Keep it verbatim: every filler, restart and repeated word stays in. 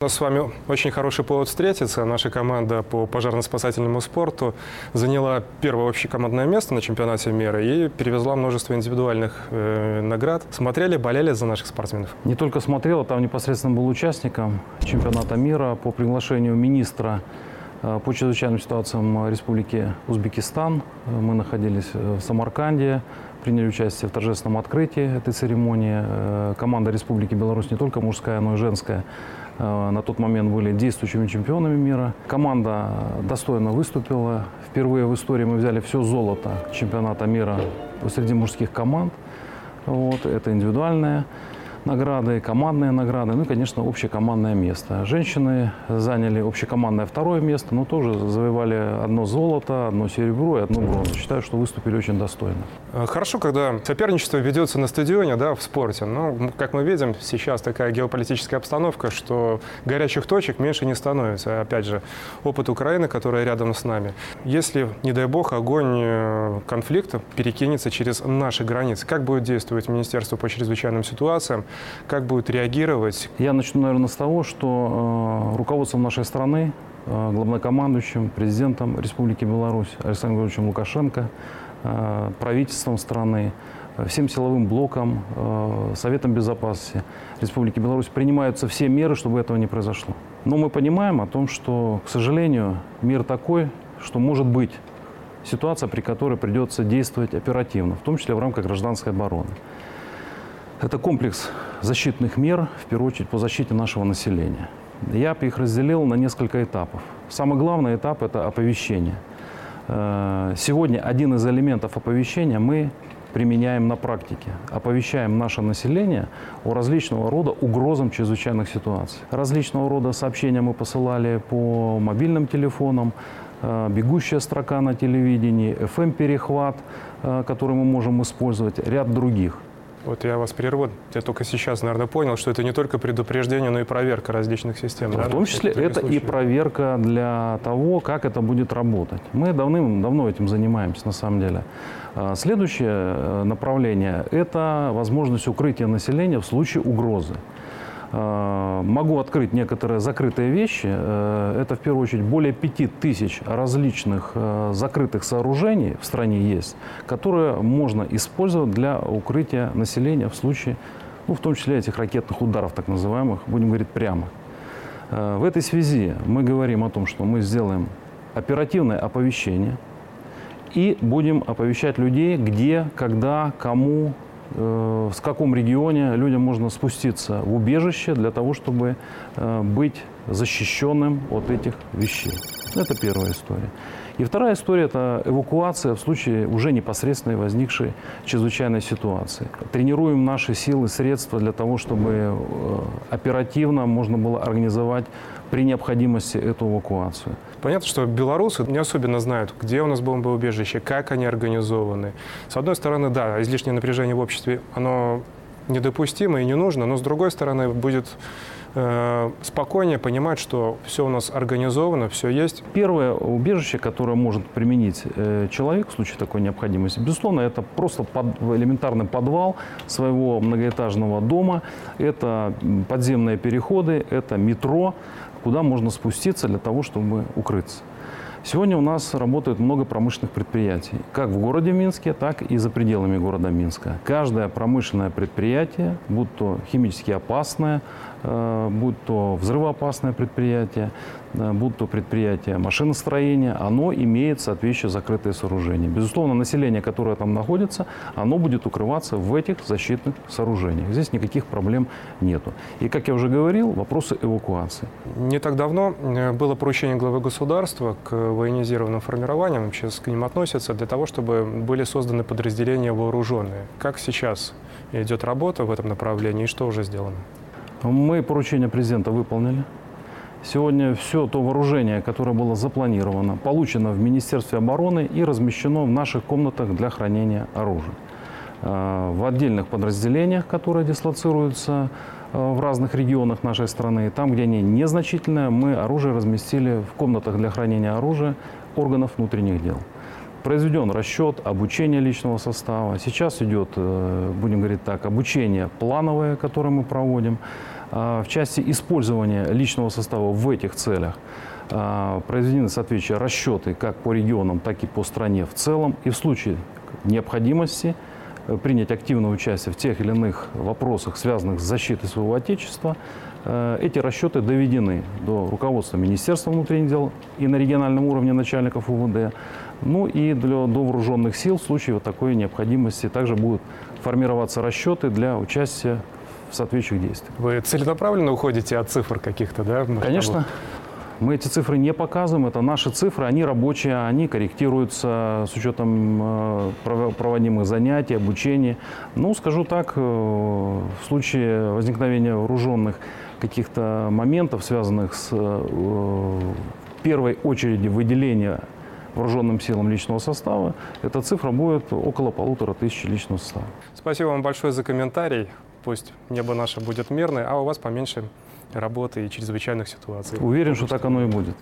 У нас с вами очень хороший повод встретиться. Наша команда по пожарно-спасательному спорту заняла первое общекомандное место на чемпионате мира и перевезла множество индивидуальных э, наград. Смотрели, болели за наших спортсменов? Не только смотрел, а там непосредственно был участником чемпионата мира по приглашению министра э, по чрезвычайным ситуациям Республики Узбекистан. Мы находились в Самарканде, приняли участие в торжественном открытии этой церемонии. Э, команда Республики Беларусь не только мужская, но и женская на тот момент были действующими чемпионами мира. Команда достойно выступила. Впервые в истории мы взяли все золото чемпионата мира среди мужских команд. Вот, это индивидуальные награды, командные награды, ну и, конечно, общекомандное место. Женщины заняли общекомандное второе место, но тоже завоевали одно золото, одно серебро и одну бронзу. Считаю, что выступили очень достойно. Хорошо, когда соперничество ведется на стадионе, да, в спорте. Но, как мы видим, сейчас такая геополитическая обстановка, что горячих точек меньше не становится. Опять же, опыт Украины, которая рядом с нами. Если, не дай бог, огонь конфликта перекинется через наши границы, как будет действовать Министерство по чрезвычайным ситуациям? Как будет реагировать? Я начну, наверное, с того, что э, руководством нашей страны, э, главнокомандующим, президентом Республики Беларусь Александром Григорьевичем Лукашенко, э, правительством страны, э, всем силовым блоком, э, Советом Безопасности Республики Беларусь принимаются все меры, чтобы этого не произошло. Но мы понимаем о том, что, к сожалению, мир такой, что может быть ситуация, при которой придется действовать оперативно, в том числе в рамках гражданской обороны. Это комплекс защитных мер, в первую очередь, по защите нашего населения. Я бы их разделил на несколько этапов. Самый главный этап – это оповещение. Сегодня один из элементов оповещения мы применяем на практике. Оповещаем наше население о различного рода угрозам чрезвычайных ситуаций. Различного рода сообщения мы посылали по мобильным телефонам, бегущая строка на телевидении, эф эм-перехват, который мы можем использовать, ряд других. Вот я вас прерву. Я только сейчас, наверное, понял, что это не только предупреждение, но и проверка различных систем. В да? том числе это и проверка для того, как это будет работать. Мы давным-давно этим занимаемся, на самом деле. Следующее направление – это возможность укрытия населения в случае угрозы. Могу открыть некоторые закрытые вещи. Это, в первую очередь, более пяти тысяч различных закрытых сооружений в стране есть, которые можно использовать для укрытия населения в случае, ну, в том числе этих ракетных ударов, так называемых, будем говорить прямо. В этой связи мы говорим о том, что мы сделаем оперативное оповещение и будем оповещать людей, где, когда, кому, в каком регионе людям можно спуститься в убежище для того, чтобы быть защищенным от этих вещей. Это первая история. И вторая история – это эвакуация в случае уже непосредственно возникшей чрезвычайной ситуации. Тренируем наши силы, средства для того, чтобы оперативно можно было организовать при необходимости эту эвакуацию. Понятно, что белорусы не особенно знают, где у нас бомбоубежище, как они организованы. С одной стороны, да, излишнее напряжение в обществе, оно недопустимо и не нужно, но с другой стороны, будет э, спокойнее понимать, что все у нас организовано, все есть. Первое убежище, которое может применить э, человек в случае такой необходимости, безусловно, это просто под, элементарный подвал своего многоэтажного дома, это подземные переходы, это метро, куда можно спуститься для того, чтобы укрыться. Сегодня у нас работает много промышленных предприятий, как в городе Минске, так и за пределами города Минска. Каждое промышленное предприятие, будь то химически опасное, будь то взрывоопасное предприятие, будь то предприятие машиностроения, оно имеет соответствующие закрытые сооружения. Безусловно, население, которое там находится, оно будет укрываться в этих защитных сооружениях. Здесь никаких проблем нету. И, как я уже говорил, вопросы эвакуации. Не так давно было поручение главы государства к военизированным формированиям, сейчас к ним относятся, для того, чтобы были созданы подразделения вооруженные. Как сейчас идет работа в этом направлении и что уже сделано? Мы поручение президента выполнили. Сегодня все то вооружение, которое было запланировано, получено в Министерстве обороны и размещено в наших комнатах для хранения оружия. В отдельных подразделениях, которые дислоцируются в разных регионах нашей страны, там, где они незначительные, мы оружие разместили в комнатах для хранения оружия органов внутренних дел. Произведен расчет обучения личного состава. Сейчас идет, будем говорить так, обучение плановое, которое мы проводим. В части использования личного состава в этих целях произведены соответствующие расчеты как по регионам, так и по стране в целом. И в случае необходимости принять активное участие в тех или иных вопросах, связанных с защитой своего Отечества, эти расчеты доведены до руководства Министерства внутренних дел и на региональном уровне начальников УВД. Ну и для, до вооруженных сил в случае вот такой необходимости также будут формироваться расчеты для участия в соответствующих действиях. Вы целенаправленно уходите от цифр каких-то, да? Конечно. Мы эти цифры не показываем, это наши цифры, они рабочие, они корректируются с учетом проводимых занятий, обучения. Ну, скажу так, в случае возникновения вооруженных каких-то моментов, связанных с в первой очереди выделения вооруженным силам личного состава, эта цифра будет около полутора тысяч личного состава. Спасибо вам большое за комментарий. Пусть небо наше будет мирное, а у вас поменьше работы и чрезвычайных ситуаций. Уверен, что так оно и будет.